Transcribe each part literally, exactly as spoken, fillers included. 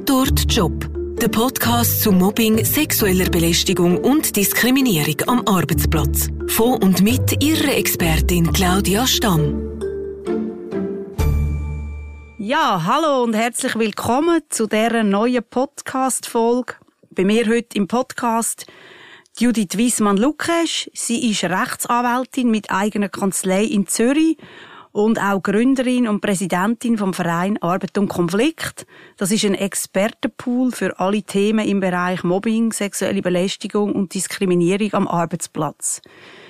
Tatort Job. Der Podcast zu Mobbing, sexueller Belästigung und Diskriminierung am Arbeitsplatz. Von und mit ihrer Expertin Claudia Stamm. Ja, hallo und herzlich willkommen zu dieser neuen Podcast-Folge. Bei mir heute im Podcast Judith Wiesmann-Lukesch. Sie ist Rechtsanwältin mit eigener Kanzlei in Zürich und auch Gründerin und Präsidentin vom Verein Arbeit und Konflikt. Das ist ein Expertenpool für alle Themen im Bereich Mobbing, sexuelle Belästigung und Diskriminierung am Arbeitsplatz.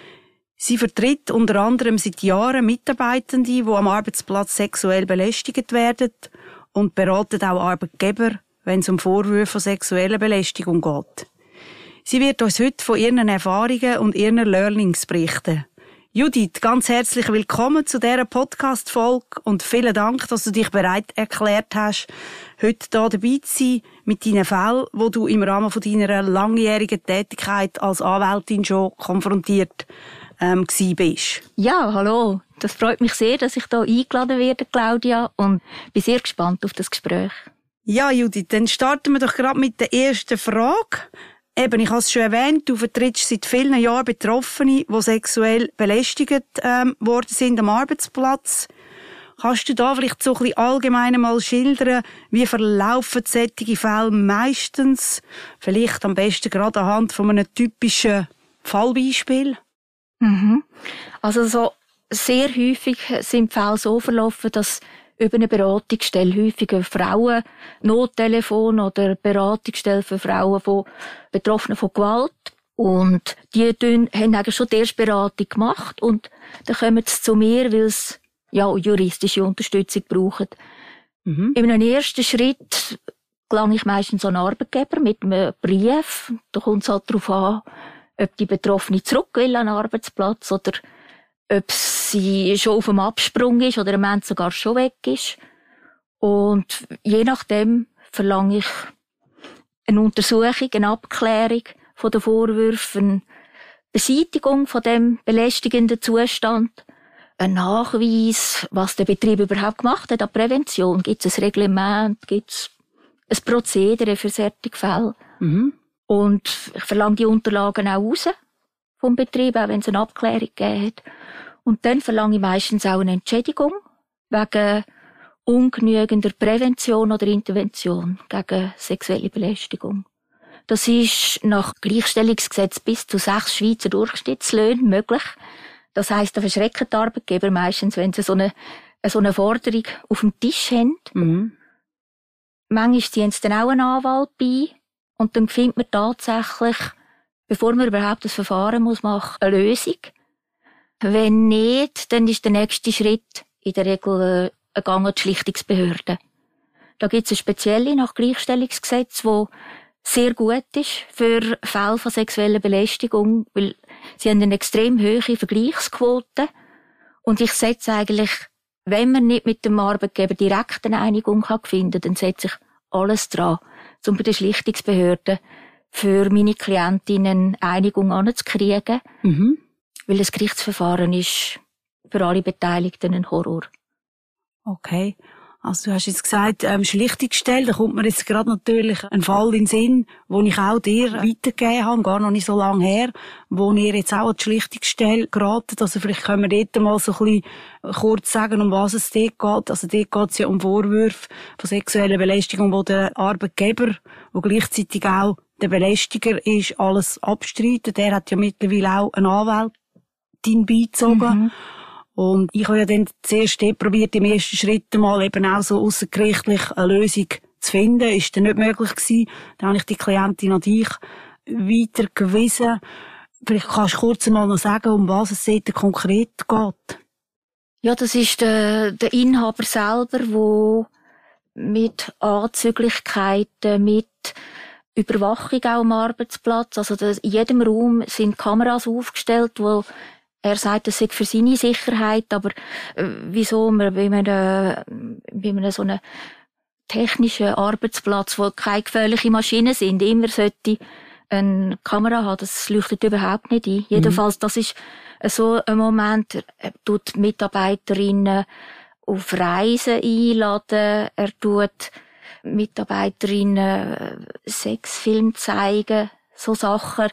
Sie vertritt unter anderem seit Jahren Mitarbeitende, die am Arbeitsplatz sexuell belästigt werden, und beratet auch Arbeitgeber, wenn es um Vorwürfe von sexueller Belästigung geht. Sie wird uns heute von ihren Erfahrungen und ihren Learnings berichten. Judith, ganz herzlich willkommen zu dieser Podcast-Folge und vielen Dank, dass du dich bereit erklärt hast, heute hier dabei zu sein mit deinen Fällen, wo du im Rahmen von deiner langjährigen Tätigkeit als Anwältin schon konfrontiert ähm, gewesen bist. Ja, hallo. Das freut mich sehr, dass ich hier eingeladen werde, Claudia, und bin sehr gespannt auf das Gespräch. Ja, Judith, dann starten wir doch gerade mit der ersten Frage. Eben, ich habe es schon erwähnt, du vertrittst seit vielen Jahren Betroffene, die sexuell belästigt ähm, worden sind am Arbeitsplatz. Kannst du da vielleicht so ein bisschen allgemein mal schildern, wie verlaufen solche Fälle meistens? Vielleicht am besten gerade anhand von einem typischen Fallbeispiel? Mhm. Also so sehr häufig sind die Fälle so verlaufen, dass über eine Beratungsstelle, häufig ein Frauen-Nottelefon oder Beratungsstelle für Frauen von Betroffenen von Gewalt. Und die tun, haben eigentlich schon die erste Beratung gemacht und dann kommen sie zu mir, weil sie ja, juristische Unterstützung brauchen. Mhm. In einem ersten Schritt gelange ich meistens an einen Arbeitgeber mit einem Brief. Da kommt es halt darauf an, ob die Betroffene zurück will an den Arbeitsplatz oder ob sie schon auf dem Absprung ist oder im Moment sogar schon weg ist. Und je nachdem verlange ich eine Untersuchung, eine Abklärung von den Vorwürfen, eine Beseitigung von dem belästigenden Zustand, ein Nachweis, was der Betrieb überhaupt gemacht hat an Prävention. Gibt es ein Reglement, gibt es ein Prozedere für solche Fälle? Mhm. Und ich verlange die Unterlagen auch raus vom Betrieb, auch wenn es eine Abklärung gegeben hat. Und dann verlange ich meistens auch eine Entschädigung wegen ungenügender Prävention oder Intervention gegen sexuelle Belästigung. Das ist nach Gleichstellungsgesetz bis zu sechs Schweizer Durchschnittslöhne möglich. Das heisst, da verschrecken die Arbeitgeber meistens, wenn sie so eine, so eine Forderung auf dem Tisch haben. Mhm. Manchmal ziehen sie dann auch einen Anwalt bei und dann findet man tatsächlich, bevor man überhaupt das Verfahren muss machen, eine Lösung. Wenn nicht, dann ist der nächste Schritt in der Regel ein Gang an die Schlichtungsbehörde. Da gibt es eine spezielle nach Gleichstellungsgesetz, die sehr gut ist für Fälle von sexueller Belästigung, weil sie haben eine extrem hohe Vergleichsquote. Und ich setze eigentlich, wenn man nicht mit dem Arbeitgeber direkt eine Einigung finden kann, dann setze ich alles dran, um bei der Schlichtungsbehörde für meine Klientinnen eine Einigung anzukriegen. Mhm. Weil das Gerichtsverfahren ist für alle Beteiligten ein Horror. Okay. Also du hast jetzt gesagt, ähm, Schlichtungsstelle, da kommt mir jetzt gerade natürlich ein Fall in den Sinn, den ich auch dir weitergegeben habe, gar noch nicht so lange her, wo ihr jetzt auch an die Schlichtungsstelle geraten. Also vielleicht können wir dort mal so ein bisschen kurz sagen, um was es dort geht. Also dort geht es ja um Vorwürfe von sexueller Belästigung, wo der Arbeitgeber, wo gleichzeitig auch der Belästiger ist, alles abstreitet. Der hat ja mittlerweile auch einen Anwältin beizogen. Mhm. Und ich habe ja dann zuerst probiert, im ersten Schritt mal eben auch so aussergerichtlich eine Lösung zu finden. Ist dann nicht möglich gewesen. Dann habe ich die Klientin an dich weitergewiesen. Vielleicht kannst du kurz mal noch sagen, um was es dort konkret geht. Ja, das ist der, der Inhaber selber, der mit Anzüglichkeiten, mit Überwachung auch am Arbeitsplatz, also das, in jedem Raum sind Kameras aufgestellt, wo er sagt, das sei für seine Sicherheit, aber äh, wieso man bei einem, bei einem so einem technischen Arbeitsplatz, wo keine gefährlichen Maschinen sind, immer sollte eine Kamera haben, das leuchtet überhaupt nicht ein. Mhm. Jedenfalls, das ist so ein Moment, er tut die Mitarbeiterinnen auf Reisen einladen, er tut Mitarbeiterinnen Sexfilm zeigen, so Sachen.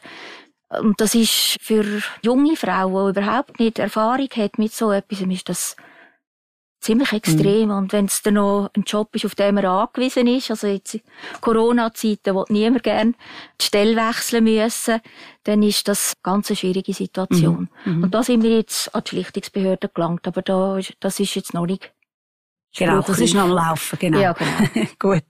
Und das ist für junge Frauen, die überhaupt nicht Erfahrung haben mit so etwas, ist das ziemlich extrem. Mhm. Und wenn es dann noch ein Job ist, auf den man angewiesen ist, also jetzt in Corona-Zeiten, wo niemand gerne die Stelle wechseln müssen, dann ist das eine ganz schwierige Situation. Mhm. Und da sind wir jetzt an die Schlichtungsbehörde gelangt, aber da, das ist jetzt noch nicht. Genau, das ist noch am Laufen, genau. Ja, genau. Gut.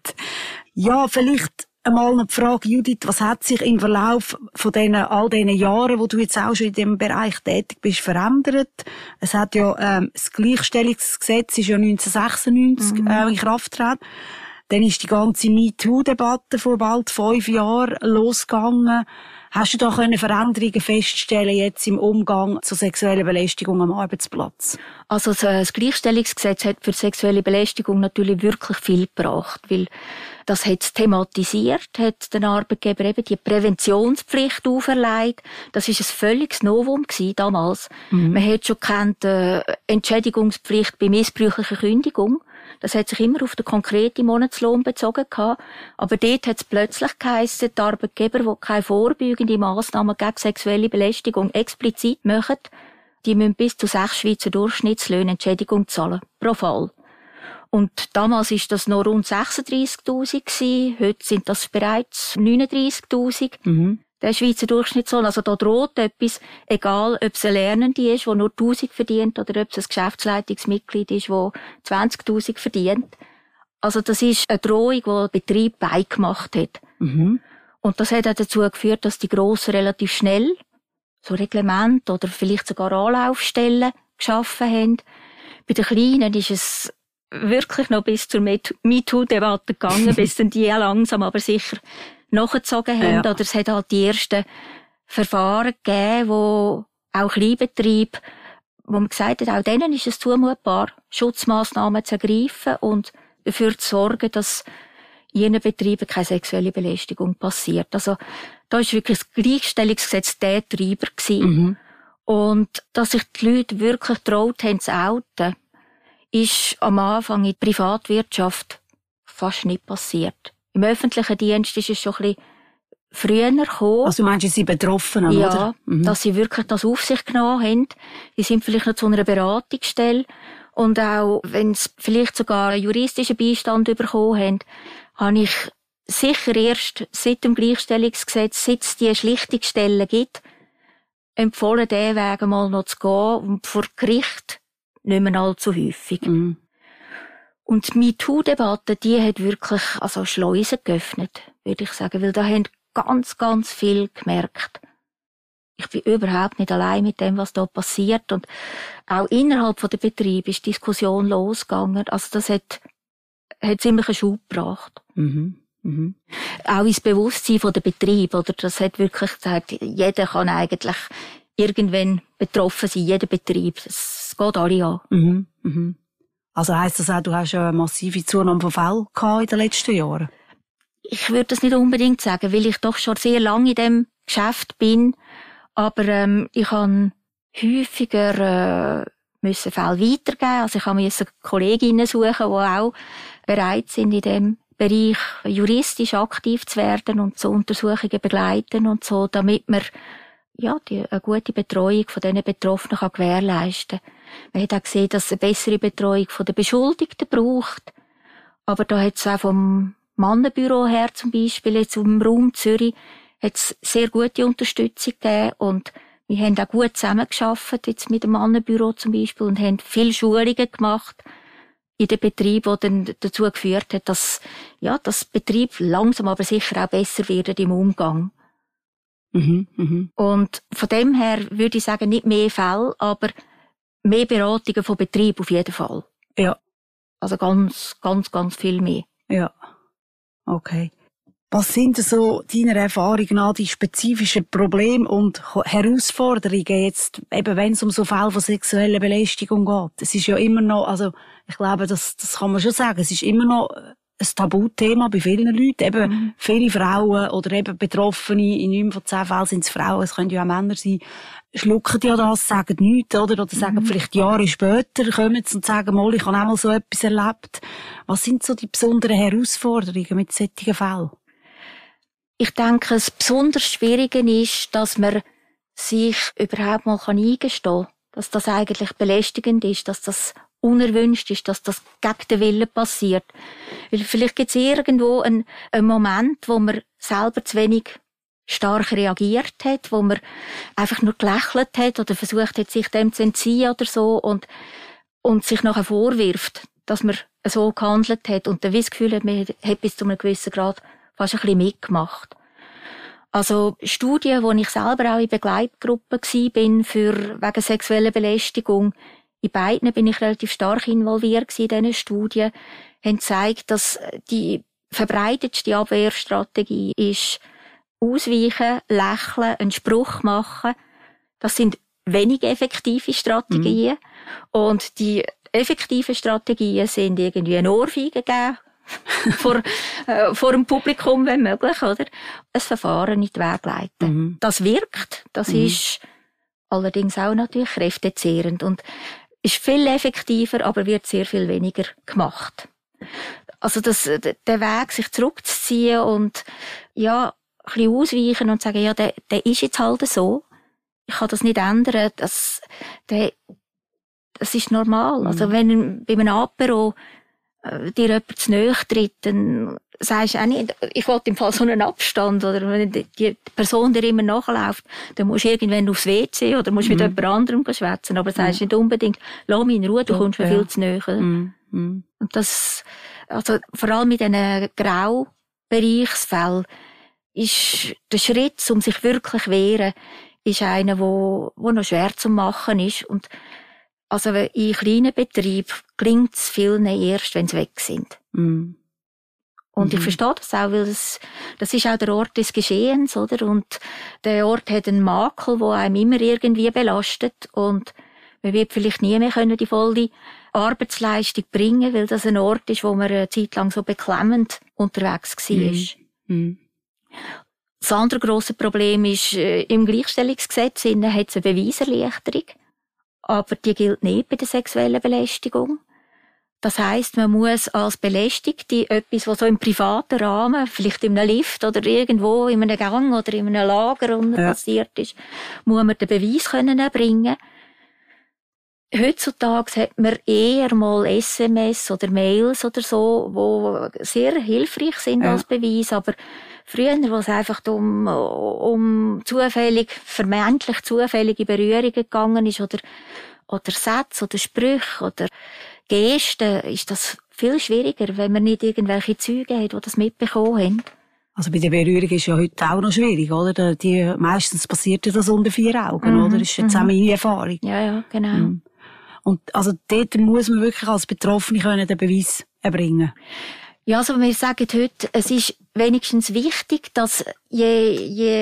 Ja, vielleicht einmal eine Frage, Judith, was hat sich im Verlauf von den, all diesen Jahren, wo du jetzt auch schon in diesem Bereich tätig bist, verändert? Es hat ja, ähm, das Gleichstellungsgesetz ist ja neunzehnhundertsechsundneunzig, mhm. äh, in Kraft getreten. Dann ist die ganze MeToo-Debatte vor bald fünf Jahren losgegangen. Hast du da können Veränderungen feststellen jetzt im Umgang zur sexuellen Belästigung am Arbeitsplatz? Also das Gleichstellungsgesetz hat für sexuelle Belästigung natürlich wirklich viel gebracht, weil das hat es thematisiert, hat den Arbeitgeber eben die Präventionspflicht auferlegt. Das ist ein völliges Novum gewesen damals. Mhm. Man hat schon kennt äh, Entschädigungspflicht bei missbräuchlicher Kündigung. Das hat sich immer auf den konkreten Monatslohn bezogen gehabt. Aber dort hat es plötzlich geheissen, die Arbeitgeber, die keine vorbeugende Massnahmen gegen sexuelle Belästigung explizit machen, die müssen bis zu sechs Schweizer Durchschnittslöhne Entschädigung zahlen. Pro Fall. Und damals ist das noch rund sechsunddreissigtausend gewesen. Heute sind das bereits neununddreissigtausend. Mhm. Der Schweizer Durchschnittslohn. Also da droht etwas, egal ob es eine Lernende ist, die nur tausend verdient, oder ob es ein Geschäftsleitungsmitglied ist, das zwanzigtausend verdient. Also das ist eine Drohung, die der Betrieb beigemacht hat. Mhm. Und das hat auch dazu geführt, dass die Grossen relativ schnell so Reglement oder vielleicht sogar Anlaufstellen geschaffen haben. Bei den Kleinen ist es wirklich noch bis zur MeToo-Debatte gegangen, bis dann die langsam aber sicher nachgezogen haben. Ja. Oder es hat halt die ersten Verfahren gegeben, wo auch Kleinbetriebe, wo man gesagt hat, auch denen ist es zumutbar, Schutzmaßnahmen zu ergreifen und dafür zu sorgen, dass in ihren Betrieben keine sexuelle Belästigung passiert. Also da ist wirklich das Gleichstellungsgesetz der Treiber gewesen. Mhm. Und dass sich die Leute wirklich getraut haben zu outen, ist am Anfang in der Privatwirtschaft fast nicht passiert. Im öffentlichen Dienst ist es schon ein bisschen früher gekommen. Also du meinst, sie sind Betroffenen, ja, oder? Mhm. Dass sie wirklich das auf sich genommen haben. Die sind vielleicht noch zu einer Beratungsstelle. Und auch, wenn sie vielleicht sogar einen juristischen Beistand bekommen haben, habe ich sicher erst seit dem Gleichstellungsgesetz, seit es die Schlichtungsstellen gibt, empfohlen, diesen Weg mal noch zu gehen und vor Gericht nicht mehr allzu häufig. Mhm. Und die MeToo-Debatte, die hat wirklich, also Schleusen geöffnet, würde ich sagen, weil da haben ganz, ganz viel gemerkt. Ich bin überhaupt nicht allein mit dem, was da passiert. Und auch innerhalb der Betriebe ist die Diskussion losgegangen. Also das hat, hat ziemlich einen Schub gebracht. Mhm. Mhm. Auch ins Bewusstsein der Betriebe, oder? Das hat wirklich gesagt, jeder kann eigentlich irgendwann betroffen sein, jeder Betrieb. Das geht alle an. Mhm. Mhm. Also heisst das auch, du hast eine massive Zunahme von Fällen gehabt in den letzten Jahren? Ich würde das nicht unbedingt sagen, weil ich doch schon sehr lange in diesem Geschäft bin. Aber ähm, ich habe häufiger äh, müssen Fälle weitergeben. Also ich musste Kolleginnen suchen, die auch bereit sind, in diesem Bereich juristisch aktiv zu werden und so Untersuchungen begleiten und so, damit man ja, die, eine gute Betreuung von diesen Betroffenen kann gewährleisten kann. Man hat auch gesehen, dass es eine bessere Betreuung von den Beschuldigten braucht. Aber da hat es auch vom Mannenbüro her zum Beispiel, jetzt im Raum Zürich, hat es sehr gute Unterstützung gegeben. Und wir haben auch gut zusammengearbeitet, jetzt mit dem Mannenbüro zum Beispiel, und haben viele Schulungen gemacht in den Betrieb, die dann dazu geführt hat, dass, ja, das Betrieb langsam aber sicher auch besser wird im Umgang. Mhm, mhm. Und von dem her würde ich sagen, nicht mehr Fälle, aber mehr Beratungen von Betrieb auf jeden Fall. Ja. Also ganz, ganz, ganz viel mehr. Ja. Okay. Was sind so deiner Erfahrung nach die spezifischen Probleme und Herausforderungen jetzt, eben wenn es um so Fälle von sexueller Belästigung geht? Es ist ja immer noch, also ich glaube, das, das kann man schon sagen, es ist immer noch ein Tabuthema bei vielen Leuten. Eben Mhm. viele Frauen oder eben Betroffene, in neun von zehn Fällen sind es Frauen, es können ja auch Männer sein, schlucken ja das, sagen nichts, oder? Oder sagen Mhm. vielleicht Jahre später, kommen sie und sagen, mal, ich habe auch mal so etwas erlebt. Was sind so die besonderen Herausforderungen mit solchen Fällen? Ich denke, das besonders Schwierige ist, dass man sich überhaupt mal eingestehen kann, dass das eigentlich belästigend ist, dass das unerwünscht ist, dass das gegen den Willen passiert. Weil vielleicht gibt es irgendwo einen, einen Moment, wo man selber zu wenig stark reagiert hat, wo man einfach nur gelächelt hat oder versucht hat, sich dem zu entziehen oder so und, und sich nachher vorwirft, dass man so gehandelt hat und dann das Gefühl hat, man hat bis zu einem gewissen Grad fast ein bisschen mitgemacht. Also Studien, wo ich selber auch in Begleitgruppen gsi bin für wegen sexueller Belästigung, in beiden bin ich relativ stark involviert in diesen Studien, haben gezeigt, dass die verbreitetste Abwehrstrategie ist, ausweichen, lächeln, einen Spruch machen. Das sind wenig effektive Strategien. Mhm. Und die effektiven Strategien sind irgendwie eine Ohrfeige geben, vor, äh, vor dem Publikum, wenn möglich, oder? Ein Verfahren in die Wege leiten. Mhm. Das wirkt. Das mhm. ist allerdings auch natürlich kräftezehrend und ist viel effektiver, aber wird sehr viel weniger gemacht. Also das, der Weg, sich zurückzuziehen und, ja, ein bisschen ausweichen und sagen, ja, der, der ist jetzt halt so. Ich kann das nicht ändern. Das, der, das ist normal. Mhm. Also wenn bei einem Apero äh, dir jemand zu nahe tritt, dann sagst du auch nicht, ich will im Fall so einen Abstand, oder wenn die, die Person dir immer nachläuft, dann musst du irgendwann aufs W C oder musst mhm. mit jemand anderem schwätzen, aber sagst mhm. nicht unbedingt, lass mich in Ruhe, du kommst mir ja. viel zu nahe. Mhm. Mhm. Und das, also vor allem mit diesen Graubereichsfällen ist der Schritt, um sich wirklich zu wehren, ist einer, wo, wo noch schwer zu machen ist. Und also in kleinen Betrieben gelingt es vielen erst, wenn sie weg sind. Mm. Und mhm. ich verstehe das auch, weil das, das ist auch der Ort des Geschehens, oder? Und der Ort hat einen Makel, der einem immer irgendwie belastet. Und man wird vielleicht nie mehr können die volle Arbeitsleistung bringen, weil das ein Ort ist, wo man eine Zeit lang so beklemmend unterwegs war. Mm. Mm. Das andere grosse Problem ist, äh, im Gleichstellungsgesetz hat es eine Beweiserleichterung. Aber die gilt nicht bei der sexuellen Belästigung. Das heisst, man muss als Belästigte etwas, was so im privaten Rahmen, vielleicht in einem Lift oder irgendwo in einem Gang oder in einem Lager ja. passiert ist, muss man den Beweis können erbringen. Heutzutage hat man eher mal S M S oder Mails oder so, die sehr hilfreich sind ja. als Beweis, aber früher, wo es einfach um, um zufällig, vermeintlich zufällige Berührungen gegangen ist oder, oder Sätze oder Sprüche oder Gesten, ist das viel schwieriger, wenn man nicht irgendwelche Zeugen hat, die das mitbekommen haben. Also bei der Berührung ist ja heute auch noch schwierig, oder? Die, meistens passiert ja das unter vier Augen, mhm. oder? Das ist jetzt mhm. auch meine Erfahrung. Ja, ja, genau. Mhm. Und also dort muss man wirklich als Betroffene können den Beweis erbringen. Ja, also wir sagen heute, es ist wenigstens wichtig, dass je,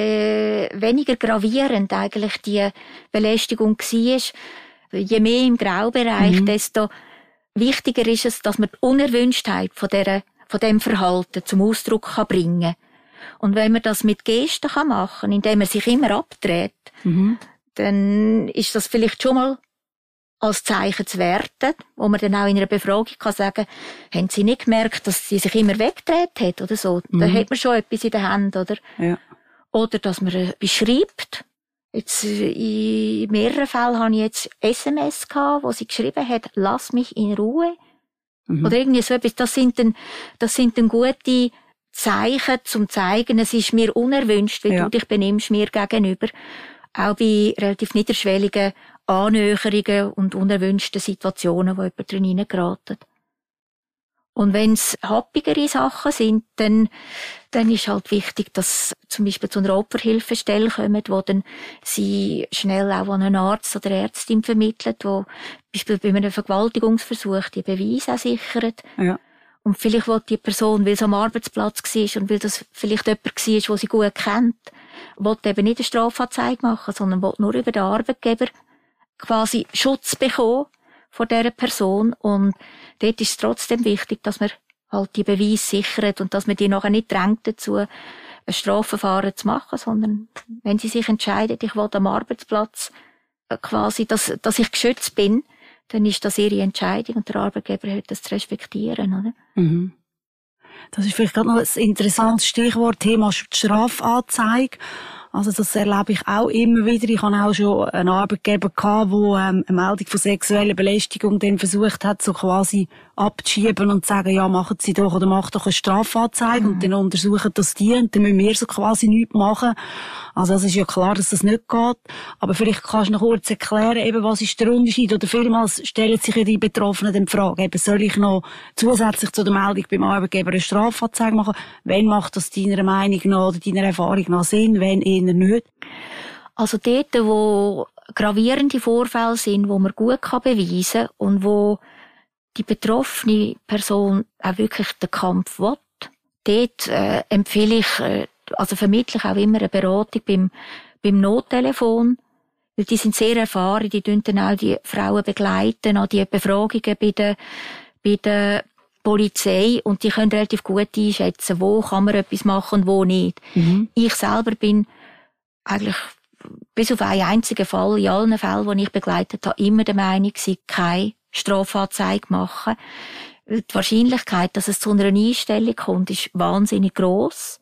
je weniger gravierend eigentlich die Belästigung war, je mehr im Graubereich, mhm. desto wichtiger ist es, dass man die Unerwünschtheit von, der, von dem Verhalten zum Ausdruck kann bringen. Und wenn man das mit Gesten kann machen, indem man sich immer abdreht, mhm. dann ist das vielleicht schon mal als Zeichen zu werten, wo man dann auch in einer Befragung kann sagen, haben Sie nicht gemerkt, dass sie sich immer weggedreht hat oder so? Mhm. Da hat man schon etwas in der Hand, oder? Ja. Oder dass man beschreibt. Jetzt, in mehreren Fällen habe ich jetzt S M S gehabt, wo sie geschrieben hat, lass mich in Ruhe. Mhm. Oder irgendwie so etwas. Das sind dann, das sind dann gute Zeichen, zum zeigen, es ist mir unerwünscht, wie ja. du dich benimmst mir gegenüber. Auch bei relativ niederschwelligen Annäherungen und unerwünschten Situationen, wo jemand drin hineingeraten. Und wenn es happigere Sachen sind, dann, dann ist halt wichtig, dass zum Beispiel zu einer Opferhilfestelle kommen, wo dann sie schnell auch an einen Arzt oder Ärztin vermittelt, wo beispielsweise bei einem Vergewaltigungsversuch die Beweise auch sichert. Ja. Und vielleicht will die Person, weil es am Arbeitsplatz war und weil das vielleicht jemand war, den sie gut kennt, will eben nicht eine Strafanzeige machen, sondern will nur über den Arbeitgeber quasi Schutz bekommen vor dieser Person. Und dort ist es trotzdem wichtig, dass man halt die Beweise sichert und dass man die nachher nicht drängt dazu, ein Strafverfahren zu machen, sondern wenn sie sich entscheidet, ich will am Arbeitsplatz quasi, dass, dass ich geschützt bin, dann ist das ihre Entscheidung und der Arbeitgeber hat das zu respektieren, oder? Mhm. Das ist vielleicht gerade noch ein interessantes Stichwort, Thema Strafanzeige. Also das erlebe ich auch immer wieder. Ich hatte auch schon einen Arbeitgeber gehabt, der ähm, eine Meldung von sexueller Belästigung dann versucht hat, so quasi abzuschieben und zu sagen, ja, machen Sie doch oder macht doch eine Strafanzeige mhm. und dann untersuchen das die und dann müssen wir so quasi nichts machen. Also es ist ja klar, dass das nicht geht. Aber vielleicht kannst du noch kurz erklären, eben, was ist der Unterschied? Oder vielmals stellen sich ja die Betroffenen die Frage, eben, soll ich noch zusätzlich zu der Meldung beim Arbeitgeber eine Strafanzeige machen? Wenn macht das deiner Meinung nach oder deiner Erfahrung nach Sinn, wenn eher nicht? Also dort, wo gravierende Vorfälle sind, wo man gut beweisen kann und wo die betroffene Person auch wirklich den Kampf will, dort äh, empfehle ich, äh, also vermittle ich auch immer eine Beratung beim, beim Nottelefon, weil die sind sehr erfahren, die tun dann auch die Frauen begleiten, auch die Befragungen bei der, bei der Polizei und die können relativ gut einschätzen, wo kann man etwas machen und wo nicht. Mhm. Ich selber bin eigentlich bis auf einen einzigen Fall, in allen Fällen, die ich begleitet habe, immer der Meinung, sie keine Strafanzeige machen. Die Wahrscheinlichkeit, dass es zu einer Einstellung kommt, ist wahnsinnig gross.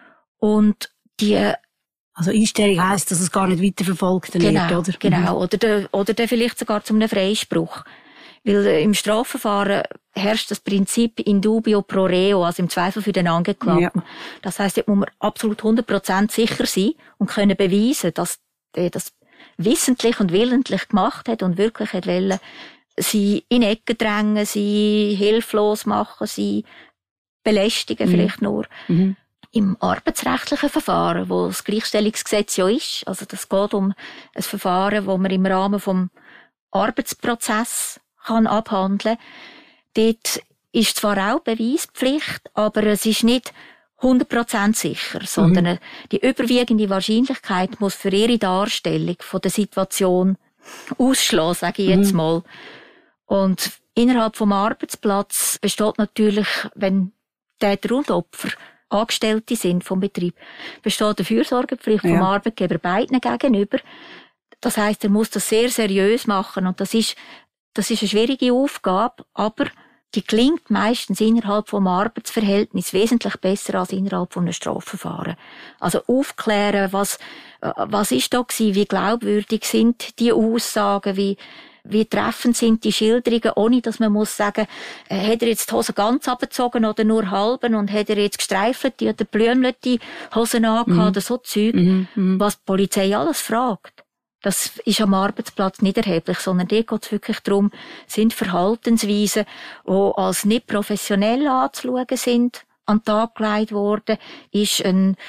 Und die Also Einstellung heisst, dass es gar nicht weiterverfolgt wird, genau, oder? Genau, mhm. oder, der, oder der vielleicht sogar zu einem Freispruch. Weil im Strafverfahren herrscht das Prinzip in dubio pro reo, also im Zweifel für den Angeklagten. Ja. Das heisst, dort muss man absolut hundert Prozent sicher sein und können beweisen, dass der das wissentlich und willentlich gemacht hat und wirklich hat wollen, sie in Ecken drängen, sie hilflos machen, sie belästigen mhm. vielleicht nur. Mhm. Im arbeitsrechtlichen Verfahren, wo das Gleichstellungsgesetz ja ist, also das geht um ein Verfahren, wo man im Rahmen vom Arbeitsprozess kann abhandeln. Dort ist zwar auch Beweispflicht, aber es ist nicht hundert Prozent sicher, sondern mhm. die überwiegende Wahrscheinlichkeit muss für ihre Darstellung von der Situation ausschlagen, sage ich jetzt mhm. mal. Und innerhalb vom Arbeitsplatz besteht natürlich, wenn Täter und Opfer Angestellte sind vom Betrieb, besteht eine Fürsorgepflicht ja. vom Arbeitgeber beiden gegenüber. Das heisst, er muss das sehr seriös machen und das ist Das ist eine schwierige Aufgabe, aber die klingt meistens innerhalb vom Arbeitsverhältnis wesentlich besser als innerhalb von einem Strafverfahren. Also aufklären, was, was ist da gewesen, wie glaubwürdig sind die Aussagen, wie, wie treffend sind die Schilderungen, ohne dass man muss sagen, äh, hat er jetzt die Hose ganz abgezogen oder nur halben und hat er jetzt gestreifelte oder blümlete Hosen angehabt mhm. oder so Zeug, mhm. was die Polizei alles fragt. Das ist am Arbeitsplatz nicht erheblich, sondern dort geht es wirklich darum, sind Verhaltensweisen, die als nicht professionell anzuschauen sind, an den Tag gelegt worden, ist ein,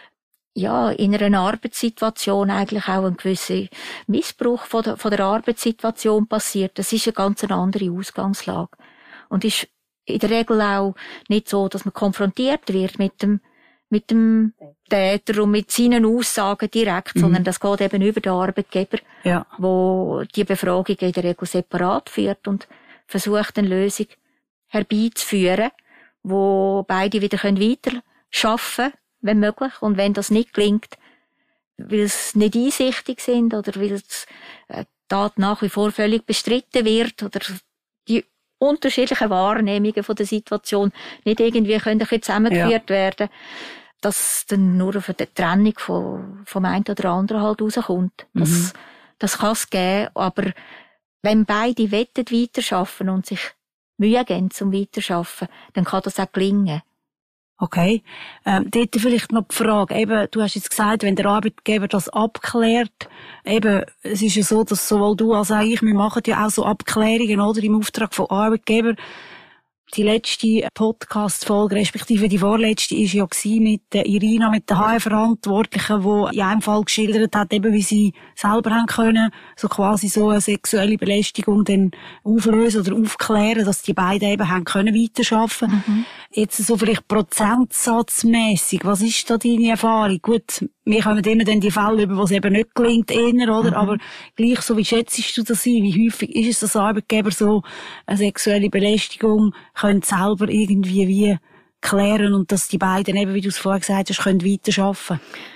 ja, in einer Arbeitssituation eigentlich auch ein gewisser Missbrauch von der, von der Arbeitssituation passiert. Das ist eine ganz andere Ausgangslage. Und ist in der Regel auch nicht so, dass man konfrontiert wird mit dem mit dem Täter und mit seinen Aussagen direkt, mhm. sondern das geht eben über den Arbeitgeber, ja. wo die Befragung in der Regel separat führt und versucht, eine Lösung herbeizuführen, wo beide wieder weiter arbeiten können, wenn möglich. Und wenn das nicht gelingt, weil sie nicht einsichtig sind oder weil die Tat nach wie vor völlig bestritten wird oder die unterschiedlichen Wahrnehmungen von der Situation nicht irgendwie können zusammengeführt ja. werden, dass dann nur auf die Trennung von, vom einen oder anderen halt rauskommt. Das, mhm. das kann es geben, aber wenn beide wetten weiterarbeiten und sich Mühe geben zum Weiterarbeiten, dann kann das auch gelingen. Okay. Ähm, dort vielleicht noch die Frage, eben, du hast jetzt gesagt, wenn der Arbeitgeber das abklärt, eben, es ist ja so, dass sowohl du als auch ich, wir machen ja auch so Abklärungen, oder, im Auftrag von Arbeitgeber. Die letzte Podcast-Folge, respektive die vorletzte, ist ja gewesen mit der Irina, mit der H R-Verantwortlichen, die in einem Fall geschildert hat, eben wie sie selber haben können, so quasi so eine sexuelle Belästigung dann auflösen oder aufklären, dass die beiden eben haben können weiterarbeiten. Mhm. Jetzt so vielleicht prozentsatzmässig, was ist da deine Erfahrung? Gut, wir kommen immer dann die Fälle über, wo es eben nicht gelingt, eher, oder? Mhm. Aber gleich so, wie schätzt du das ein? Wie häufig ist es, dass Arbeitgeber so eine sexuelle Belästigung können selber irgendwie wie klären und dass die beiden eben, wie du es vorher gesagt hast, können weiterarbeiten?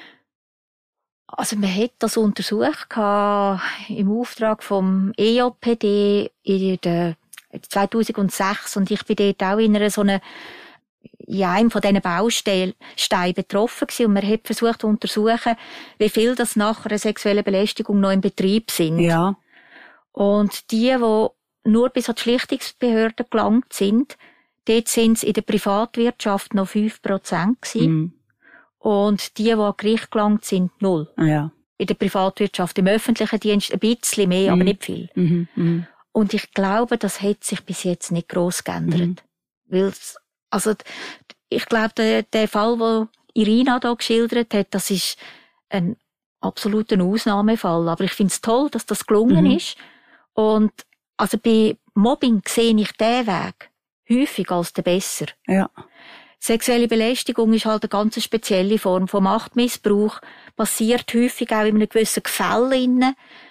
Also man hat das untersucht im Auftrag vom E J P D in der zweitausendsechs und ich bin dort auch in einer so einer ja, einem von diesen Bausteinen betroffen gewesen. Und man hat versucht zu untersuchen, wie viel das nach einer sexuellen Belästigung noch im Betrieb sind. Ja. Und die, die nur bis an die Schlichtungsbehörden gelangt sind, dort sind es in der Privatwirtschaft noch fünf Prozent gewesen. Mhm. Und die, die an Gericht gelangt sind, null. Ja. In der Privatwirtschaft, im öffentlichen Dienst ein bisschen mehr, mhm. aber nicht viel. Mhm. Mhm. Und ich glaube, das hat sich bis jetzt nicht gross geändert. Mhm. Weil's, also, ich glaube, der, der Fall, den Irina da geschildert hat, das ist ein absoluter Ausnahmefall. Aber ich finde es toll, dass das gelungen mhm. ist. Und, also bei Mobbing sehe ich diesen Weg häufig als der besser. Ja. Sexuelle Belästigung ist halt eine ganz spezielle Form von Machtmissbrauch, passiert häufig auch in einem gewissen Gefälle,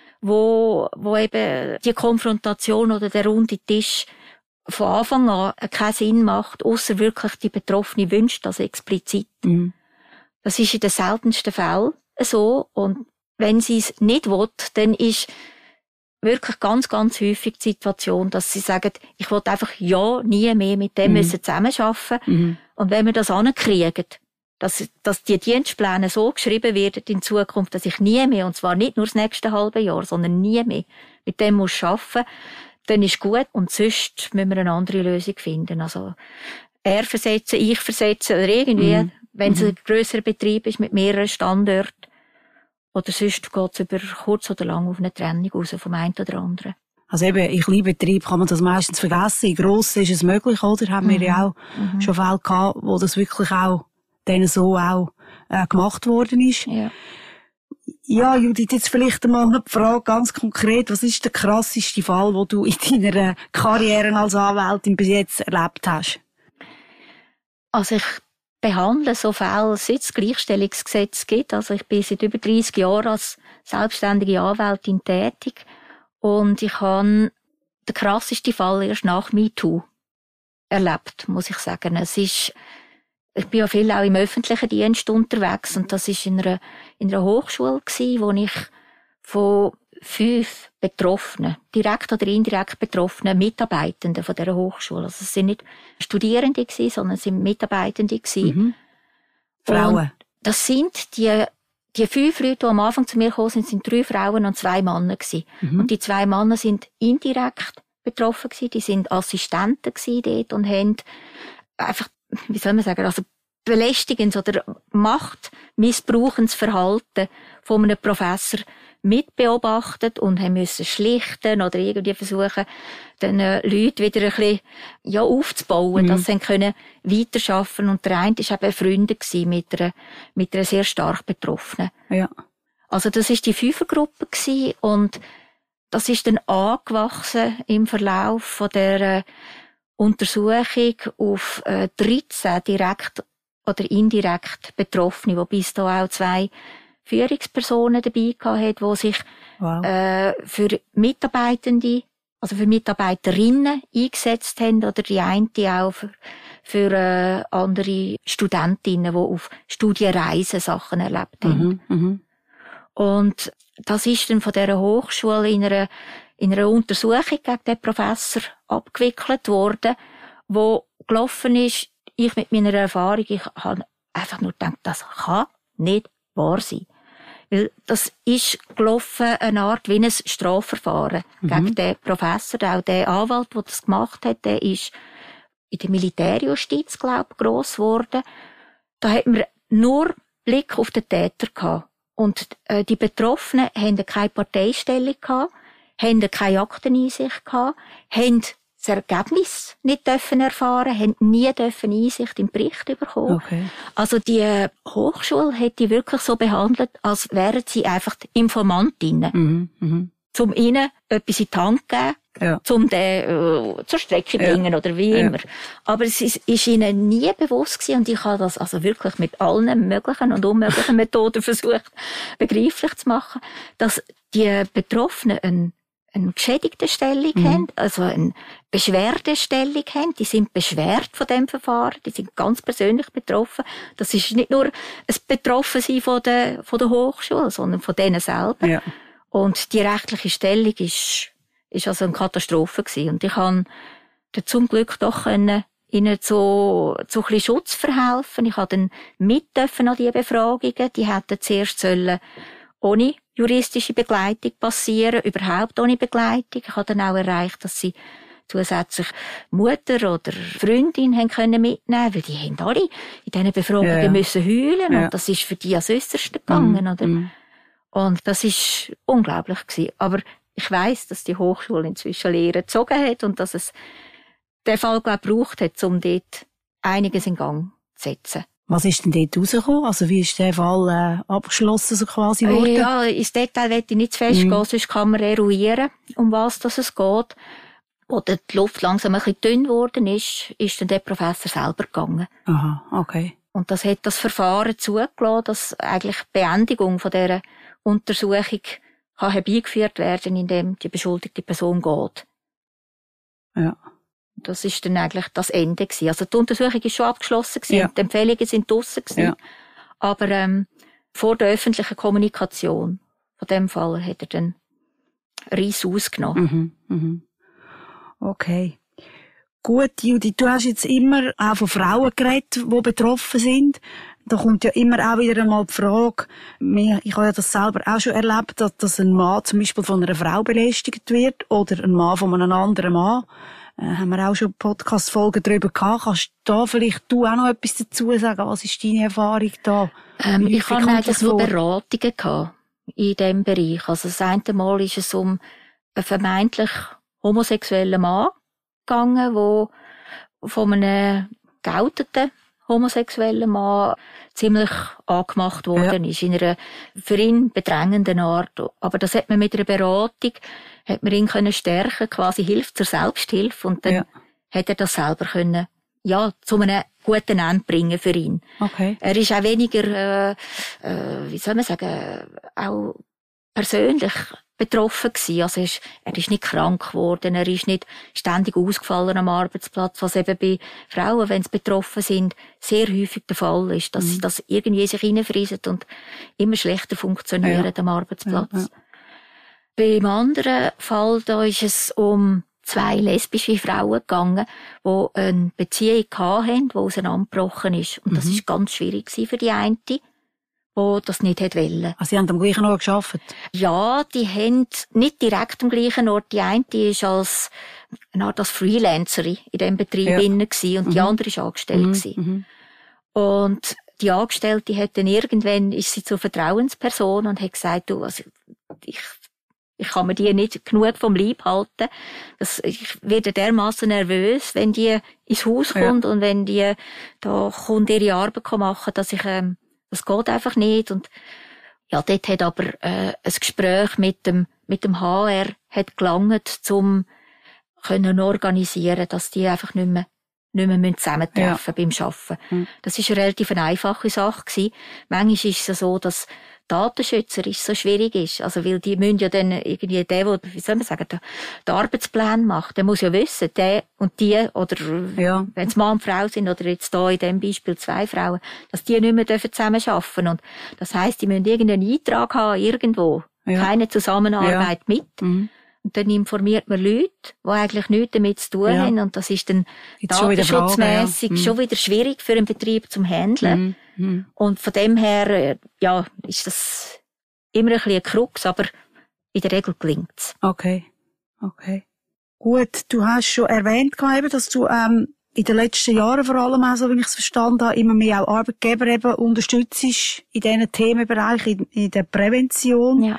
wo, wo eben die Konfrontation oder der runde Tisch von Anfang an keinen Sinn macht, ausser wirklich die Betroffene wünscht das explizit. Mhm. Das ist in den seltensten Fällen so. Und wenn sie es nicht will, dann ist wirklich ganz, ganz häufig die Situation, dass sie sagen, ich will einfach ja nie mehr mit dem mhm. müssen zusammenarbeiten. Mhm. Und wenn wir das ankriegen, dass, dass die Dienstpläne so geschrieben werden in Zukunft, dass ich nie mehr, und zwar nicht nur das nächste halbe Jahr, sondern nie mehr mit dem muss arbeiten, dann ist gut. Und sonst müssen wir eine andere Lösung finden. Also, er versetzen, ich versetzen, oder irgendwie, mhm. wenn es mhm. ein grösserer Betrieb ist mit mehreren Standorten. Oder sonst geht es über kurz oder lang auf eine Trennung raus vom einen oder anderen. Also eben, in Kleinbetrieb kann man das meistens vergessen. In grossen ist es möglich, oder? Haben mhm. wir ja auch mhm. schon Fälle gehabt, wo das wirklich auch denen so auch äh, gemacht worden ist. Ja. Ja, Judith, jetzt vielleicht einmal eine Frage ganz konkret. Was ist der krasseste Fall, den du in deiner Karriere als Anwältin bis jetzt erlebt hast? Also ich behandle so Fälle, seit es das Gleichstellungsgesetz gibt. Also ich bin seit über dreissig Jahren als selbstständige Anwältin tätig. Und ich habe den krassesten Fall erst nach MeToo erlebt, muss ich sagen. Es ist, ich bin ja viel auch im öffentlichen Dienst unterwegs und das ist in einer, in einer Hochschule gewesen, wo ich von fünf Betroffenen, direkt oder indirekt Betroffenen Mitarbeitenden von dieser Hochschule. Also es sind nicht Studierende gewesen, sondern es sind Mitarbeitende gewesen. Mhm. Frauen. Und das sind die Die fünf Leute, die am Anfang zu mir gekommen sind, sind drei Frauen und zwei Männer gewesen. Mhm. Und die zwei Männer sind indirekt betroffen gewesen. Die sind Assistenten gewesen dort und haben einfach, wie soll man sagen, also belästigendes oder machtmissbrauchendes Verhalten von einem Professor mitbeobachtet und haben müssen schlichten oder irgendwie versuchen, den äh, Leuten wieder ein bisschen, ja, aufzubauen, mhm. dass sie können weiterarbeiten. Und der eine war eben befreundet mit einer, mit einer sehr stark Betroffenen. Ja. Also das ist die Fünfergruppe gewesen und das ist dann angewachsen im Verlauf von der äh, Untersuchung auf äh, dreizehn direkt oder indirekt Betroffene, wobei es da auch zwei Führungspersonen dabei gehabt, die sich wow. äh, für Mitarbeitende, also für Mitarbeiterinnen eingesetzt haben oder die eine auch für, für äh, andere Studentinnen, die auf Studienreisen Sachen erlebt haben. Mhm, mh. Und das ist dann von dieser Hochschule in einer, in einer Untersuchung gegen den Professor abgewickelt worden, wo gelaufen ist, ich mit meiner Erfahrung, ich habe einfach nur gedacht, das kann nicht wahr sein. Weil das ist gelaufen, eine Art wie ein Strafverfahren mhm. gegen den Professor. Auch der Anwalt, der das gemacht hat, der ist in der Militärjustiz, glaube ich, gross geworden. Da hat man nur Blick auf den Täter gehabt. Und äh, die Betroffenen haben keine Parteistellung gehabt, haben keine Akteneinsicht gehabt, haben das Ergebnis nicht dürfen erfahren, haben nie dürfen Einsicht im Bericht bekommen. Okay. Also die Hochschule hat die wirklich so behandelt, als wären sie einfach die Informantinnen. Mhm, mh. Um ihnen etwas in die Hand zu geben, ja. um den äh, zur Strecke ja. bringen oder wie immer. Ja. Aber es ist, ist ihnen nie bewusst gewesen und ich habe das also wirklich mit allen möglichen und unmöglichen Methoden versucht, begreiflich zu machen, dass die Betroffenen ein eine geschädigte Stellung mhm. haben, also eine Beschwerdestellung haben. Die sind beschwert von dem Verfahren, die sind ganz persönlich betroffen. Das ist nicht nur ein Betroffensein von der, von der Hochschule, sondern von denen selber. Ja. Und die rechtliche Stellung ist, ist also eine Katastrophe gewesen. Und ich kann zum Glück doch können, ihnen so, so ein bisschen Schutz verhelfen. Ich habe dann mit dürfen an die Befragungen. Die hätten zuerst sollen ohne juristische Begleitung passieren, überhaupt ohne Begleitung. Ich habe dann auch erreicht, dass sie zusätzlich Mutter oder Freundin haben können mitnehmen, weil die haben alle in diesen Befragungen ja. müssen heulen ja. und das ist für die als Äusserste gegangen, mm. oder? Mm. Und das ist unglaublich gewesen. Aber ich weiss, dass die Hochschule inzwischen Lehren gezogen hat und dass es den Fall, glaube ich, gebraucht hat, um dort einiges in Gang zu setzen. Was ist denn dort rausgekommen? Also wie ist der Fall äh, abgeschlossen so quasi worden? Ja, ins Detail will ich nicht zu fest mm. gehen, sonst kann man eruieren, um was das es geht. Oder die Luft langsam ein bisschen dünn geworden ist, ist dann der Professor selber gegangen. Aha, okay. Und das hat das Verfahren zugelassen, dass eigentlich die Beendigung von dieser Untersuchung kann herbeigeführt werden, indem die beschuldigte Person geht. Ja. Das ist dann eigentlich das Ende gewesen. Also die Untersuchung ist schon abgeschlossen gewesen, ja. die Empfehlungen sind draussen gewesen. Ja. Aber ähm, vor der öffentlichen Kommunikation von dem Fall hat er dann Reis ausgenommen. Mhm, mhm. Okay. Gut, Judith, du hast jetzt immer auch von Frauen geredet, die betroffen sind. Da kommt ja immer auch wieder einmal die Frage, ich habe ja das selber auch schon erlebt, dass, dass ein Mann zum Beispiel von einer Frau belästigt wird oder ein Mann von einem anderen Mann. Äh, haben wir auch schon Podcast-Folgen darüber gehabt. Kannst du da vielleicht du auch noch etwas dazu sagen? Was ist deine Erfahrung da? Ähm, ich habe eigentlich nur Beratungen gehabt in diesem Bereich. Also das eine Mal ist es um einen vermeintlich homosexuellen Mann gegangen, der von einem geouteten homosexuellen Mann ziemlich angemacht worden ja. ist, in einer für ihn bedrängenden Art. Aber das hat man mit einer Beratung, hat man ihn können stärken, quasi Hilfe zur Selbsthilfe, und dann ja. hat er das selber können, ja, zu einem guten Ende bringen für ihn. Okay. Er ist auch weniger, äh, äh, wie soll man sagen, auch persönlich betroffen gewesen. Also er ist, er ist nicht krank geworden, er ist nicht ständig ausgefallen am Arbeitsplatz, was eben bei Frauen, wenn sie betroffen sind, sehr häufig der Fall ist, dass mhm. sie das irgendwie sich reinfriesen und immer schlechter funktionieren ja. am Arbeitsplatz. Ja, ja. Beim anderen Fall, da ist es um zwei lesbische Frauen gegangen, die eine Beziehung hatten, die auseinandergebrochen ist. Und mhm. das war ganz schwierig für die eine, die das nicht wollte. Also sie haben am gleichen Ort gearbeitet? Ja, die haben nicht direkt am gleichen Ort. Die eine war als, eine Art als Freelancerin in diesem Betrieb ja. inne gewesen, und mhm. die andere war angestellt. Mhm. Mhm. Und die Angestellte hat dann irgendwann, ist sie zur Vertrauensperson und hat gesagt, du, also, ich, ich kann mir die nicht genug vom Leib halten. Das, ich werde dermassen nervös, wenn die ins Haus kommt ja. und wenn die da kommt ihre Arbeit machen, dass ich, ähm, das geht einfach nicht. Und ja, dort hat aber äh, ein Gespräch mit dem mit dem H R hat gelangt, um können organisieren, dass die einfach nicht mehr nicht mehr zusammentreffen ja. beim Arbeiten. Mhm. Das ist eine relativ einfache Sache gewesen. Manchmal ist es so, dass Datenschützer ist so schwierig ist. Also, weil die müssen ja dann irgendwie der, der, wie soll man sagen, der, der Arbeitsplan macht, der muss ja wissen, der und die, oder, ja. wenn es Mann und Frau sind, oder jetzt da in dem Beispiel zwei Frauen, dass die nicht mehr zusammen arbeiten dürfen. Und das heisst, die müssen irgendeinen Eintrag haben, irgendwo. Ja. Keine Zusammenarbeit ja. mit. Mhm. Und dann informiert man Leute, die eigentlich nichts damit zu tun ja. haben. Und das ist dann datenschutzmässig schon, ja. schon wieder schwierig für einen Betrieb zum Handeln. Mhm. Mhm. Und von dem her, ja, ist das immer ein bisschen ein Krux, aber in der Regel gelingt's. Okay. Okay. Gut, du hast schon erwähnt, dass du, ähm, in den letzten Jahren vor allem auch, so wie ich es verstanden habe, immer mehr auch Arbeitgeber eben unterstützt in diesen Themenbereichen, in, in der Prävention. Ja.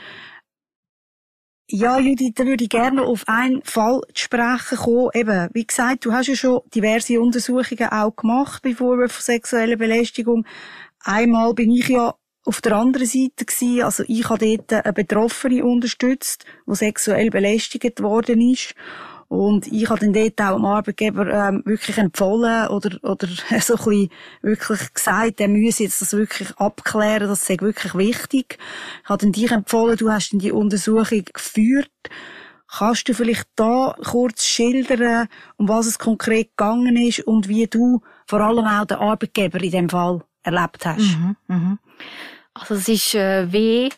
Ja, Judith, da würde ich gerne auf einen Fall zu sprechen kommen. Eben, wie gesagt, du hast ja schon diverse Untersuchungen auch gemacht bei Vorwürfen von sexueller Belästigung. Einmal bin ich ja auf der anderen Seite gewesen. Also ich habe dort eine Betroffene unterstützt, die sexuell belästigt worden ist. Und ich habe dann dort auch dem Arbeitgeber ähm, wirklich empfohlen oder oder so ein bisschen wirklich gesagt, er müsse jetzt das wirklich abklären, das sei wirklich wichtig. Ich habe dann dich empfohlen, du hast dann die Untersuchung geführt. Kannst du vielleicht da kurz schildern, um was es konkret gegangen ist und wie du vor allem auch den Arbeitgeber in dem Fall erlebt hast? Mhm, mhm. Also es ist äh, wie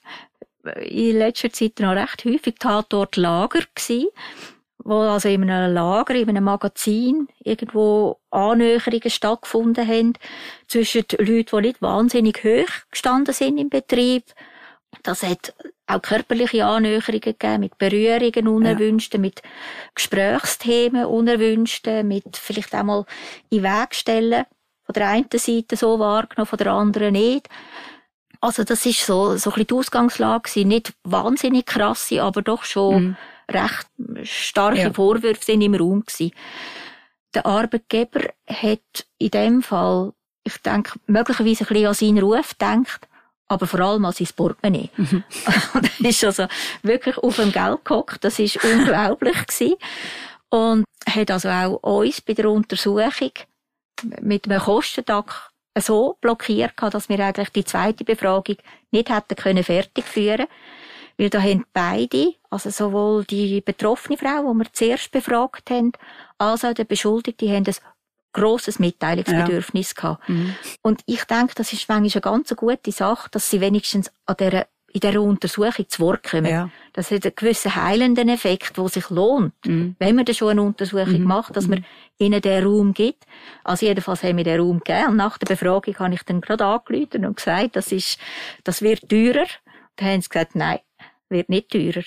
in letzter Zeit noch recht häufig Tatort Lager gewesen, wo also in einem Lager, in einem Magazin irgendwo Annäherungen stattgefunden haben zwischen Leuten, die nicht wahnsinnig hoch gestanden sind im Betrieb. Das hat auch körperliche Annäherungen gegeben, mit Berührungen unerwünschten, ja. mit Gesprächsthemen unerwünschten, mit vielleicht auch mal in Weg stellen. Von der einen Seite so wahrgenommen, von der anderen nicht. Also das ist so, so ein bisschen die Ausgangslage gewesen. Nicht wahnsinnig krasse, aber doch schon mhm. recht starke ja. Vorwürfe sind im Raum gewesen. Der Arbeitgeber hat in dem Fall, ich denke, möglicherweise ein bisschen an seinen Ruf gedacht, aber vor allem an sein Portemonnaie. Mhm. Er ist also wirklich auf dem Geld gehockt. Das ist unglaublich gewesen. Und hat also auch uns bei der Untersuchung mit einem Kostendach so blockiert, dass wir eigentlich die zweite Befragung nicht hätten können fertig führen. Weil da haben beide, also sowohl die betroffene Frau, die wir zuerst befragt haben, als auch der Beschuldigte, haben ein grosses Mitteilungsbedürfnis ja. gehabt. Mhm. Und ich denke, das ist manchmal eine ganz gute Sache, dass sie wenigstens an dieser, in dieser Untersuchung zu Wort kommen. Ja. Das hat einen gewissen heilenden Effekt, der sich lohnt, mhm. wenn man dann schon eine Untersuchung mhm. macht, dass man ihnen den Raum gibt. Also jedenfalls haben wir den Raum gegeben. Und nach der Befragung habe ich dann gerade angerufen und gesagt, das ist, das wird teurer. Dann haben sie gesagt, nein, wird nicht teurer.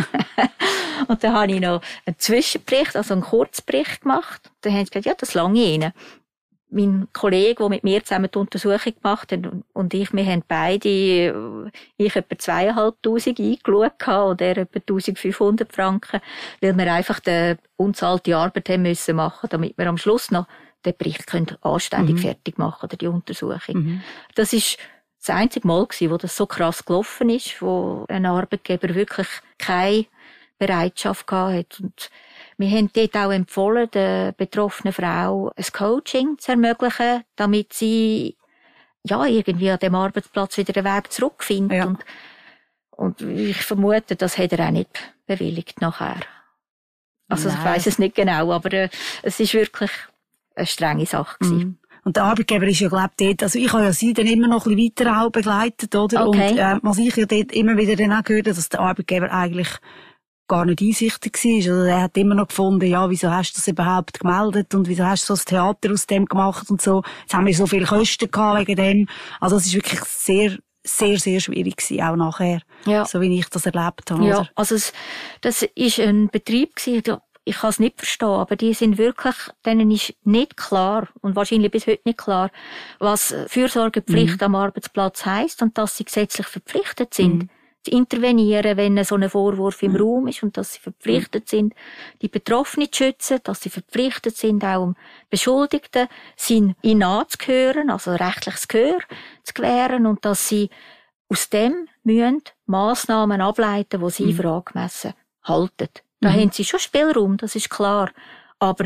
Und dann habe ich noch einen Zwischenbericht, also einen Kurzbericht gemacht. Dann haben sie gesagt, ja, das lange ihnen. Mein Kollege, der mit mir zusammen die Untersuchung gemacht hat, und ich, wir haben beide, ich etwa zweieinhalbtausend eingeschaut und er etwa eintausendfünfhundert Franken, weil wir einfach die unzahlte Arbeit haben müssen machen, damit wir am Schluss noch den Bericht können anständig mhm. fertig machen oder die Untersuchung. Mhm. Das ist das einzige Mal gewesen, wo das so krass gelaufen ist, wo ein Arbeitgeber wirklich keine Bereitschaft gehabt hat. Und wir haben dort auch empfohlen, der betroffenen Frau ein Coaching zu ermöglichen, damit sie, ja, irgendwie an dem Arbeitsplatz wieder den Weg zurückfindet. Ja. Und, und ich vermute, das hat er auch nicht bewilligt nachher. Also, Nein. ich weiss es nicht genau, aber äh, es ist wirklich eine strenge Sache gewesen. Mhm. Und der Arbeitgeber ist ja, glaub dort, also ich habe ja sie dann immer noch ein bisschen weiter auch begleitet, oder? Okay. Und, äh, was ich ja dort immer wieder dann auch gehört habe, dass der Arbeitgeber eigentlich gar nicht einsichtig war. Also er hat immer noch gefunden, ja, wieso hast du das überhaupt gemeldet und wieso hast du so ein Theater aus dem gemacht und so. Jetzt haben wir so viele Kosten gehabt wegen dem. Also es ist wirklich sehr, sehr, sehr schwierig gewesen, auch nachher. Ja. So wie ich das erlebt habe. Ja, oder? also es, das ist ein Betrieb gewesen, ich kann es nicht verstehen, aber die sind wirklich, denen ist nicht klar und wahrscheinlich bis heute nicht klar, was Fürsorgepflicht mhm. am Arbeitsplatz heisst und dass sie gesetzlich verpflichtet sind, mhm. zu intervenieren, wenn so ein Vorwurf im mhm. Raum ist und dass sie verpflichtet mhm. sind, die Betroffenen zu schützen, dass sie verpflichtet sind, auch um Beschuldigten sind ihnen anzuhören, also rechtliches Gehör zu gewähren und dass sie aus dem müssen Massnahmen ableiten, die sie mhm. für angemessen halten. Da mhm. haben sie schon Spielraum, das ist klar. Aber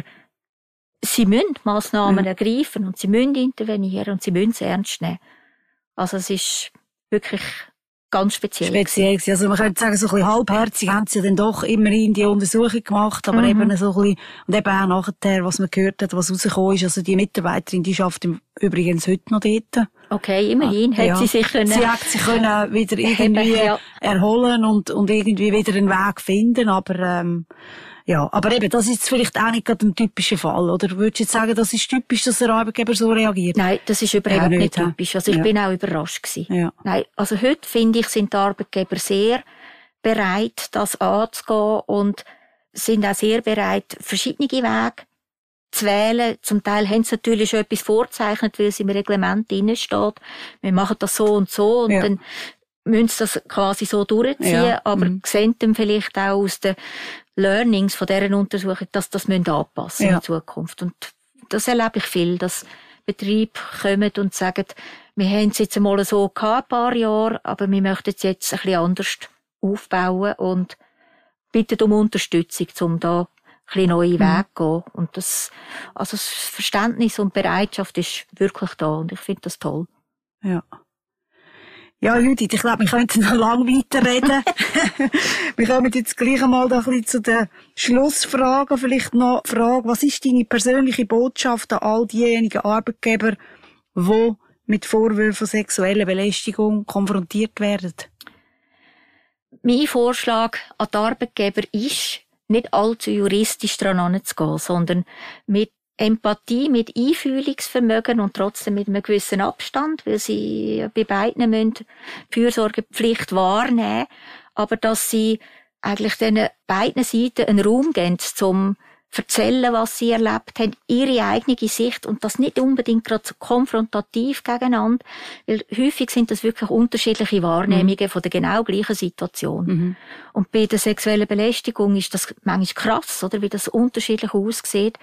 sie müssen Massnahmen mhm. ergreifen und sie müssen intervenieren und sie müssen es ernst nehmen. Also es ist wirklich ganz speziell. Speziell. Also man könnte sagen, so ein bisschen halbherzig haben sie dann doch immerhin die Untersuchung gemacht, aber mhm. eben so ein bisschen, und eben auch nachher, was man gehört hat, was rausgekommen ist, also die Mitarbeiterin, die schafft übrigens heute noch dort. Okay, immerhin ah, hat ja. sie sich können... Sie hat sich können wieder irgendwie ja. erholen und, und irgendwie wieder einen Weg finden, aber, ähm, ja, aber eben, das ist vielleicht auch nicht gerade ein typischer Fall, oder? Würdest du jetzt sagen, das ist typisch, dass der Arbeitgeber so reagiert? Nein, das ist überhaupt nicht, nicht typisch. Also ich ja. bin auch überrascht gewesen. Ja. Nein, also heute, finde ich, sind die Arbeitgeber sehr bereit, das anzugehen und sind auch sehr bereit, verschiedene Wege zu wählen. Zum Teil haben sie natürlich schon etwas vorzeichnet, weil es im Reglement drin steht. Wir machen das so und so und ja. dann müssen sie das quasi so durchziehen, ja. aber mhm. sehen dann vielleicht auch aus den Learnings von dieser Untersuchung, dass das anpassen ja. in Zukunft. Und das erlebe ich viel, dass Betriebe kommen und sagen, wir haben es jetzt einmal so gehabt, ein paar Jahre, aber wir möchten es jetzt ein bisschen anders aufbauen und bitten um Unterstützung, um da ein bisschen neue Wege zu gehen. Und das, also das Verständnis und Bereitschaft ist wirklich da und ich finde das toll. Ja. Ja, Judith, ich glaube, wir könnten noch lange weiterreden. Wir kommen jetzt gleich einmal da ein bisschen zu den Schlussfragen. Vielleicht noch die Frage, was ist deine persönliche Botschaft an all diejenigen Arbeitgeber, die mit Vorwürfen von sexueller Belästigung konfrontiert werden? Mein Vorschlag an die Arbeitgeber ist, nicht allzu juristisch daran anzugehen, sondern mit Empathie, mit Einfühlungsvermögen und trotzdem mit einem gewissen Abstand, weil sie bei beiden müssen die Fürsorgepflicht wahrnehmen, aber dass sie eigentlich den beiden Seiten einen Raum geben, zum erzählen, was sie erlebt haben, ihre eigene Sicht und das nicht unbedingt gerade so konfrontativ gegeneinander, weil häufig sind das wirklich unterschiedliche Wahrnehmungen mhm. von der genau gleichen Situation. Mhm. Und bei der sexuellen Belästigung ist das manchmal krass, oder, wie das unterschiedlich aussieht.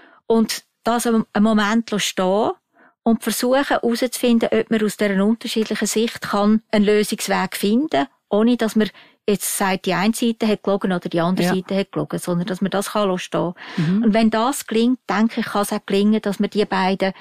Und das einen Moment stehen und versuchen herauszufinden, ob man aus dieser unterschiedlichen Sicht kann einen Lösungsweg finden kann, ohne dass man jetzt sagt, die eine Seite hat gelogen oder die andere ja. Seite hat gelogen, sondern dass man das kann stehen. Mhm. Und wenn das gelingt, denke ich, kann es auch gelingen, dass man die beiden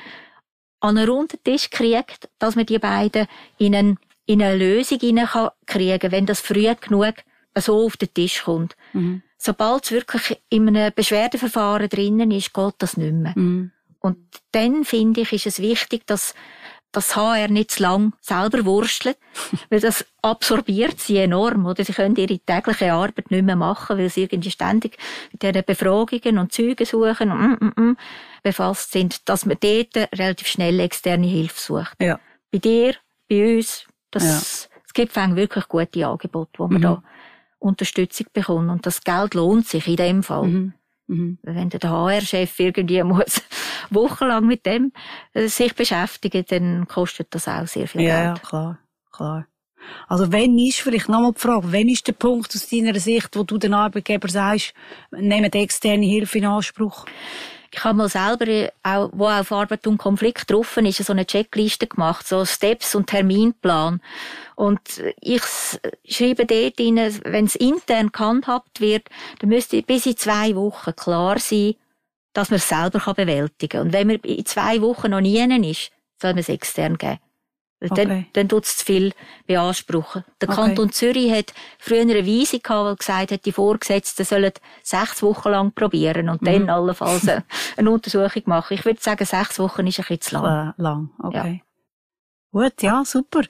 an einen runden Tisch kriegt, dass man die beiden in, einen, in eine Lösung hinein kriegen kann, wenn das früh genug so auf den Tisch kommt. Mhm. Sobald es wirklich in einem Beschwerdeverfahren drinnen ist, geht das nicht mehr. Mhm. Und dann, finde ich, ist es wichtig, dass das H R nicht zu lang selber wurstelt, weil das absorbiert sie enorm, oder? Sie können ihre tägliche Arbeit nicht mehr machen, weil sie irgendwie ständig mit diesen Befragungen und Zeugensuchen und mm, mm, mm befasst sind, dass man dort relativ schnell externe Hilfe sucht. Ja. Bei dir, bei uns, das, ja. es gibt wirklich gute Angebote, wo man mhm. da Unterstützung bekommen. Und das Geld lohnt sich in dem Fall. Mhm. Mhm. Wenn der H R-Chef irgendwie muss wochenlang mit dem äh, sich beschäftigen, dann kostet das auch sehr viel ja, Geld. Ja, klar, klar. Also wenn ist vielleicht nochmal die Frage, wenn ist der Punkt aus deiner Sicht, wo du den Arbeitgeber sagst, nehmen die externe Hilfe in Anspruch? Ich habe mal selber, auch, wo auf Arbeit und Konflikt drauf ist, so eine Checkliste gemacht, so Steps und Terminplan. Und ich schreibe dort rein, wenn es intern gehandhabt wird, dann müsste bis in zwei Wochen klar sein, dass man es selber bewältigen kann. Und wenn man in zwei Wochen noch nie ist, soll man es extern geben. Okay. Dann, dann tut es zu viel beanspruchen. Der okay. Kanton Zürich hat früher eine Weisung gehabt, die gesagt hat, die Vorgesetzten sollen sechs Wochen lang probieren und mhm. dann allenfalls eine, eine Untersuchung machen. Ich würde sagen, sechs Wochen ist ein bisschen zu lang. Äh, lang, okay. Ja. Gut, ja, super.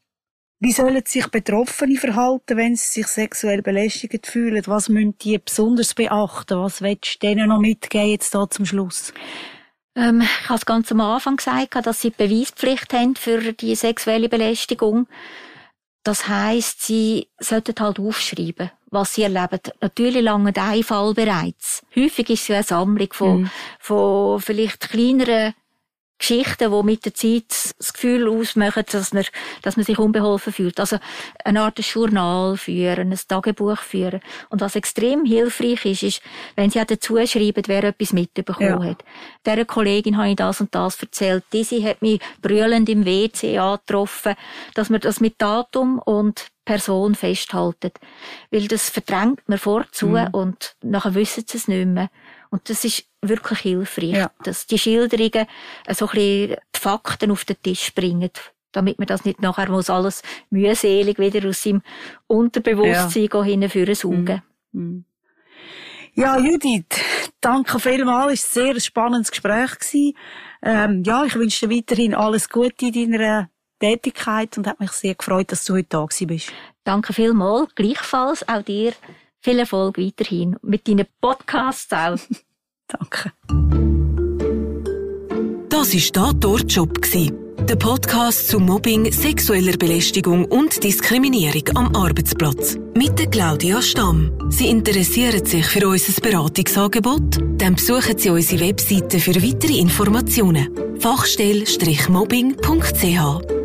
Wie sollen sich Betroffene verhalten, wenn sie sich sexuell belästigt fühlen? Was müssen die besonders beachten? Was willst du denen noch mitgeben jetzt da zum Schluss? Ähm, ich habe es ganz am Anfang gesagt, dass sie die Beweispflicht haben für die sexuelle Belästigung. Das heisst, sie sollten halt aufschreiben, was sie erleben. Natürlich lange ein Fall bereits. Häufig ist es eine Sammlung von, mhm. von vielleicht kleineren Geschichten, die mit der Zeit das Gefühl ausmachen, dass man, dass man sich unbeholfen fühlt. Also eine Art Journal führen, ein Tagebuch führen. Und was extrem hilfreich ist, ist, wenn sie auch dazu schreiben, wer etwas mitbekommen ja. hat. Dieser Kollegin habe ich das und das erzählt. Diese hat mich brüllend im W C angetroffen, dass man das mit Datum und Person festhalten. Weil das verdrängt man vorzu mhm. und nachher wissen sie es nicht mehr. Und das ist wirklich hilfreich, ja. dass die Schilderungen so ein bisschen die Fakten auf den Tisch bringen, damit man das nicht nachher muss alles mühselig wieder aus seinem Unterbewusstsein ja. hinführen saugen. Mhm. Ja, Judith, danke vielmals. Es war ein sehr spannendes Gespräch. Ähm, ja, ich wünsche dir weiterhin alles Gute in deiner Tätigkeit und hat mich sehr gefreut, dass du heute da bist. Danke vielmals. Gleichfalls auch dir. Viel Erfolg weiterhin mit deinen Podcasts auch. Danke. Das war «Tatort-Job», der Podcast zu Mobbing, sexueller Belästigung und Diskriminierung am Arbeitsplatz. Mit der Claudia Stamm. Sie interessieren sich für unser Beratungsangebot? Dann besuchen Sie unsere Webseite für weitere Informationen. fachstelle Strich mobbing punkt c h